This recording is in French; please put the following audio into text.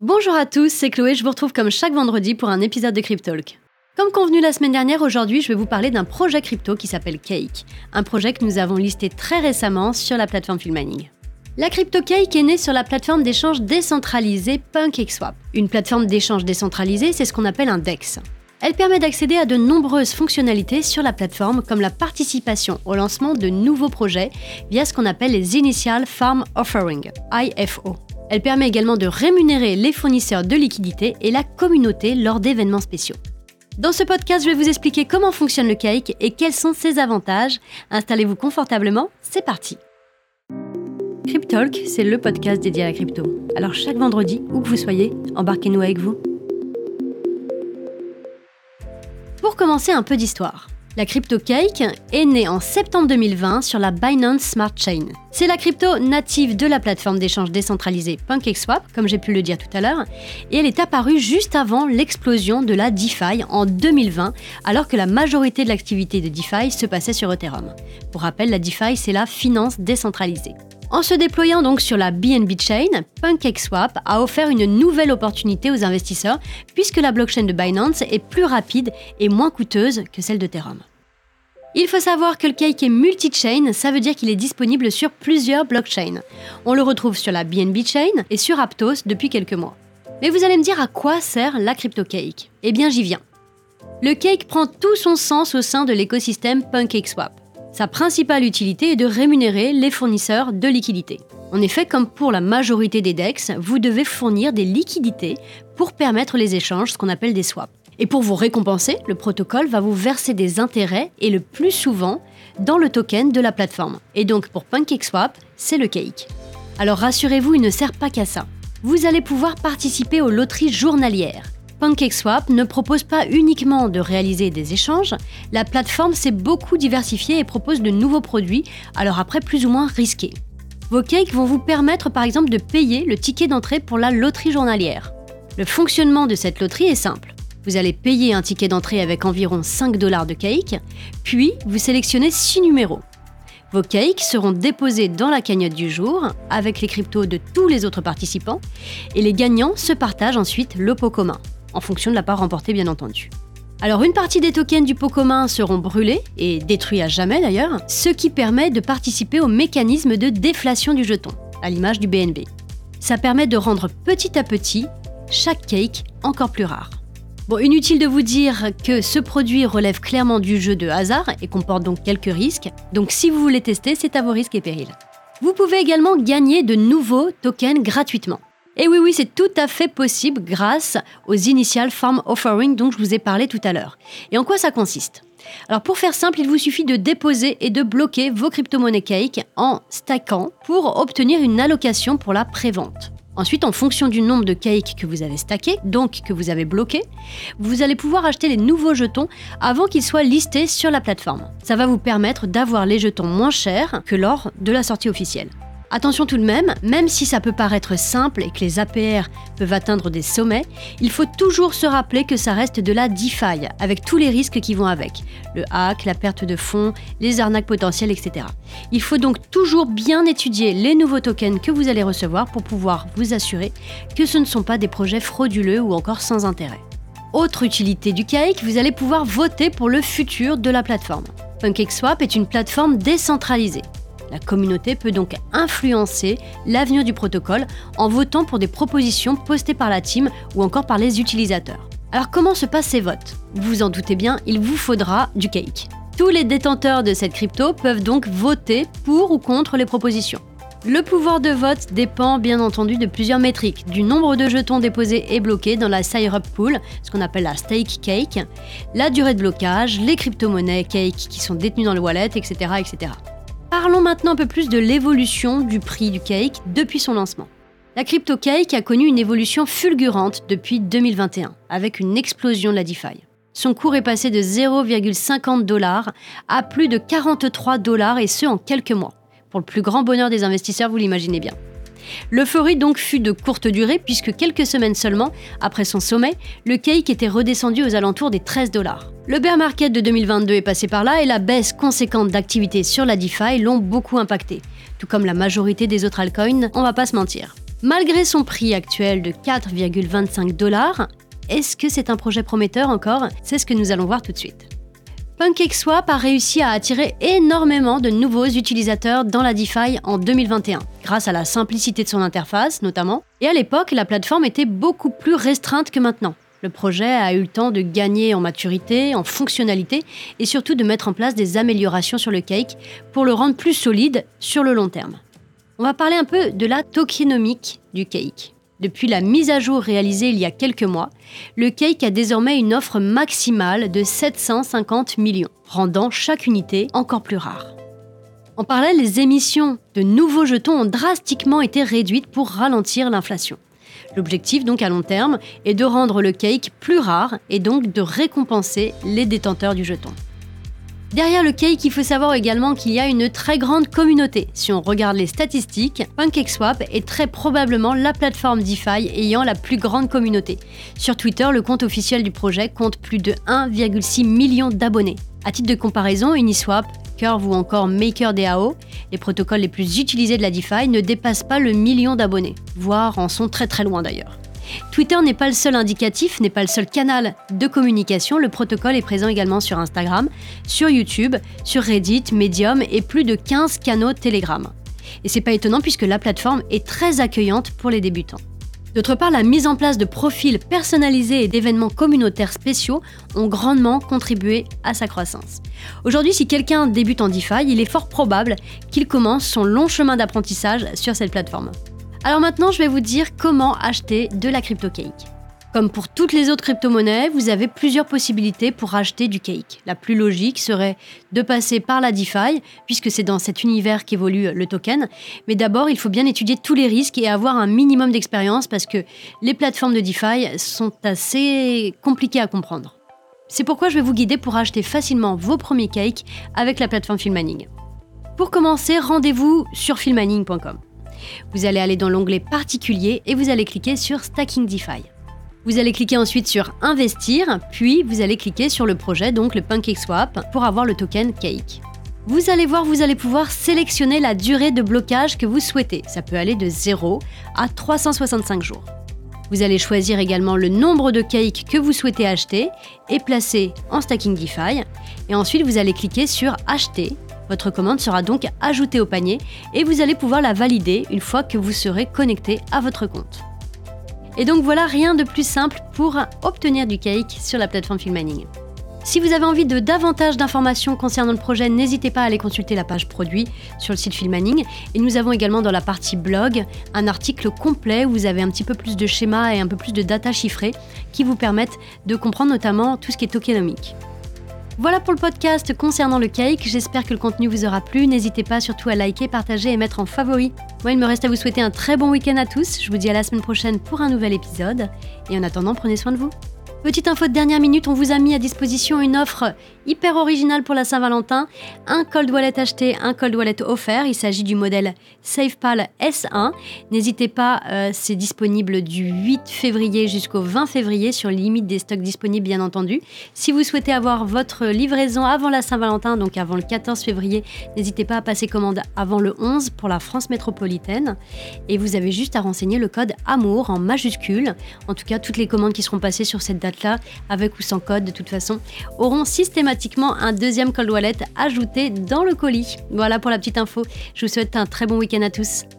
Bonjour à tous, c'est Chloé, je vous retrouve comme chaque vendredi pour un épisode de Cryptalk. Comme convenu la semaine dernière, aujourd'hui je vais vous parler d'un projet crypto qui s'appelle Cake, un projet que nous avons listé très récemment sur la plateforme Filmmining. La crypto Cake est née sur la plateforme d'échange décentralisée PancakeSwap. Une plateforme d'échange décentralisée, c'est ce qu'on appelle un DEX. Elle permet d'accéder à de nombreuses fonctionnalités sur la plateforme comme la participation au lancement de nouveaux projets via ce qu'on appelle les Initial Farm Offering, IFO. Elle permet également de rémunérer les fournisseurs de liquidités et la communauté lors d'événements spéciaux. Dans ce podcast, je vais vous expliquer comment fonctionne le Cake et quels sont ses avantages. Installez-vous confortablement, c'est parti. Cryptalk, c'est le podcast dédié à la crypto. Alors chaque vendredi, où que vous soyez, embarquez-nous avec vous. Pour commencer, un peu d'histoire. La crypto Cake est née en septembre 2020 sur la Binance Smart Chain. C'est la crypto native de la plateforme d'échange décentralisée PancakeSwap, comme j'ai pu le dire tout à l'heure, et elle est apparue juste avant l'explosion de la DeFi en 2020, alors que la majorité de l'activité de DeFi se passait sur Ethereum. Pour rappel, la DeFi, c'est la finance décentralisée. En se déployant donc sur la BNB Chain, PancakeSwap a offert une nouvelle opportunité aux investisseurs puisque la blockchain de Binance est plus rapide et moins coûteuse que celle d'Ethereum. Il faut savoir que le Cake est multi-chain, ça veut dire qu'il est disponible sur plusieurs blockchains. On le retrouve sur la BNB Chain et sur Aptos depuis quelques mois. Mais vous allez me dire à quoi sert la crypto Cake ? Eh bien j'y viens. Le Cake prend tout son sens au sein de l'écosystème PancakeSwap. Sa principale utilité est de rémunérer les fournisseurs de liquidités. En effet, comme pour la majorité des DEX, vous devez fournir des liquidités pour permettre les échanges, ce qu'on appelle des swaps. Et pour vous récompenser, le protocole va vous verser des intérêts et le plus souvent dans le token de la plateforme. Et donc pour PancakeSwap, c'est le Cake. Alors rassurez-vous, il ne sert pas qu'à ça. Vous allez pouvoir participer aux loteries journalières. PancakeSwap ne propose pas uniquement de réaliser des échanges, la plateforme s'est beaucoup diversifiée et propose de nouveaux produits, alors après plus ou moins risqués. Vos cakes vont vous permettre par exemple de payer le ticket d'entrée pour la loterie journalière. Le fonctionnement de cette loterie est simple. Vous allez payer un ticket d'entrée avec environ 5 $ de cake, puis vous sélectionnez 6 numéros. Vos cakes seront déposés dans la cagnotte du jour avec les cryptos de tous les autres participants et les gagnants se partagent ensuite le pot commun, en fonction de la part remportée bien entendu. Alors une partie des tokens du pot commun seront brûlés et détruits à jamais d'ailleurs, ce qui permet de participer au mécanisme de déflation du jeton, à l'image du BNB. Ça permet de rendre petit à petit chaque cake encore plus rare. Bon, inutile de vous dire que ce produit relève clairement du jeu de hasard et comporte donc quelques risques, donc si vous voulez tester, c'est à vos risques et périls. Vous pouvez également gagner de nouveaux tokens gratuitement. Et oui, c'est tout à fait possible grâce aux Initial Farm Offering dont je vous ai parlé tout à l'heure. Et en quoi ça consiste ? Alors pour faire simple, il vous suffit de déposer et de bloquer vos crypto-monnaies Cake en stackant pour obtenir une allocation pour la prévente. Ensuite, en fonction du nombre de cakes que vous avez stackés, donc que vous avez bloqués, vous allez pouvoir acheter les nouveaux jetons avant qu'ils soient listés sur la plateforme. Ça va vous permettre d'avoir les jetons moins chers que lors de la sortie officielle. Attention tout de même si ça peut paraître simple et que les APR peuvent atteindre des sommets, il faut toujours se rappeler que ça reste de la DeFi, avec tous les risques qui vont avec. Le hack, la perte de fonds, les arnaques potentielles, etc. Il faut donc toujours bien étudier les nouveaux tokens que vous allez recevoir pour pouvoir vous assurer que ce ne sont pas des projets frauduleux ou encore sans intérêt. Autre utilité du Cake, vous allez pouvoir voter pour le futur de la plateforme. PancakeSwap est une plateforme décentralisée. La communauté peut donc influencer l'avenir du protocole en votant pour des propositions postées par la team ou encore par les utilisateurs. Alors comment se passent ces votes ? Vous vous en doutez bien, il vous faudra du Cake. Tous les détenteurs de cette crypto peuvent donc voter pour ou contre les propositions. Le pouvoir de vote dépend bien entendu de plusieurs métriques, du nombre de jetons déposés et bloqués dans la Syrup Pool, ce qu'on appelle la Stake Cake, la durée de blocage, les crypto-monnaies Cake qui sont détenues dans le wallet, etc., etc. Parlons maintenant un peu plus de l'évolution du prix du Cake depuis son lancement. La crypto Cake a connu une évolution fulgurante depuis 2021, avec une explosion de la DeFi. Son cours est passé de 0,50 $ à plus de 43 $ et ce en quelques mois. Pour le plus grand bonheur des investisseurs, vous l'imaginez bien. L'euphorie donc fut de courte durée puisque quelques semaines seulement après son sommet, le Cake était redescendu aux alentours des 13 $. Le bear market de 2022 est passé par là et la baisse conséquente d'activité sur la DeFi l'ont beaucoup impacté, tout comme la majorité des autres altcoins, on va pas se mentir. Malgré son prix actuel de 4,25$, est-ce que c'est un projet prometteur encore? C'est ce que nous allons voir tout de suite. PancakeSwap a réussi à attirer énormément de nouveaux utilisateurs dans la DeFi en 2021, grâce à la simplicité de son interface notamment. Et à l'époque, la plateforme était beaucoup plus restreinte que maintenant. Le projet a eu le temps de gagner en maturité, en fonctionnalité et surtout de mettre en place des améliorations sur le cake pour le rendre plus solide sur le long terme. On va parler un peu de la tokenomique du cake. Depuis la mise à jour réalisée il y a quelques mois, le cake a désormais une offre maximale de 750 millions, rendant chaque unité encore plus rare. En parallèle, les émissions de nouveaux jetons ont drastiquement été réduites pour ralentir l'inflation. L'objectif donc à long terme est de rendre le cake plus rare et donc de récompenser les détenteurs du jeton. Derrière le cake, il faut savoir également qu'il y a une très grande communauté. Si on regarde les statistiques, PancakeSwap est très probablement la plateforme DeFi ayant la plus grande communauté. Sur Twitter, le compte officiel du projet compte plus de 1,6 million d'abonnés. À titre de comparaison, Uniswap, Curve ou encore MakerDAO, les protocoles les plus utilisés de la DeFi, ne dépassent pas le million d'abonnés, voire en sont très très loin d'ailleurs. Twitter n'est pas le seul indicatif, n'est pas le seul canal de communication. Le protocole est présent également sur Instagram, sur YouTube, sur Reddit, Medium et plus de 15 canaux Telegram. Et c'est pas étonnant puisque la plateforme est très accueillante pour les débutants. D'autre part, la mise en place de profils personnalisés et d'événements communautaires spéciaux ont grandement contribué à sa croissance. Aujourd'hui, si quelqu'un débute en DeFi, il est fort probable qu'il commence son long chemin d'apprentissage sur cette plateforme. Alors maintenant, je vais vous dire comment acheter de la CryptoCake. Comme pour toutes les autres crypto-monnaies, vous avez plusieurs possibilités pour acheter du cake. La plus logique serait de passer par la DeFi, puisque c'est dans cet univers qu'évolue le token. Mais d'abord, il faut bien étudier tous les risques et avoir un minimum d'expérience parce que les plateformes de DeFi sont assez compliquées à comprendre. C'est pourquoi je vais vous guider pour acheter facilement vos premiers cakes avec la plateforme Filmaning. Pour commencer, rendez-vous sur filmaning.com. Vous allez aller dans l'onglet particulier et vous allez cliquer sur Stacking DeFi. Vous allez cliquer ensuite sur Investir, puis vous allez cliquer sur le projet, donc le PancakeSwap, pour avoir le token Cake. Vous allez voir, vous allez pouvoir sélectionner la durée de blocage que vous souhaitez. Ça peut aller de 0 à 365 jours. Vous allez choisir également le nombre de cakes que vous souhaitez acheter et placer en Stacking DeFi. Et ensuite, vous allez cliquer sur Acheter. Votre commande sera donc ajoutée au panier et vous allez pouvoir la valider une fois que vous serez connecté à votre compte. Et donc voilà, rien de plus simple pour obtenir du cake sur la plateforme Filmaning. Si vous avez envie de davantage d'informations concernant le projet, n'hésitez pas à aller consulter la page produit sur le site Filmaning. Et nous avons également dans la partie blog un article complet où vous avez un petit peu plus de schémas et un peu plus de data chiffrées qui vous permettent de comprendre notamment tout ce qui est tokenomique. Voilà pour le podcast concernant le cake, j'espère que le contenu vous aura plu, n'hésitez pas surtout à liker, partager et mettre en favori. Moi il me reste à vous souhaiter un très bon week-end à tous, je vous dis à la semaine prochaine pour un nouvel épisode, et en attendant prenez soin de vous. Petite info de dernière minute, on vous a mis à disposition une offre hyper originale pour la Saint-Valentin. Un cold wallet acheté, un cold wallet offert. Il s'agit du modèle SafePal S1. N'hésitez pas, c'est disponible du 8 février jusqu'au 20 février sur limite des stocks disponibles bien entendu. Si vous souhaitez avoir votre livraison avant la Saint-Valentin, donc avant le 14 février, n'hésitez pas à passer commande avant le 11 pour la France métropolitaine. Et vous avez juste à renseigner le code AMOUR en majuscule. En tout cas, toutes les commandes qui seront passées sur cette date-là, avec ou sans code de toute façon, auront systématiquement un deuxième cold wallet ajouté dans le colis. Voilà pour la petite info. Je vous souhaite un très bon week-end à tous.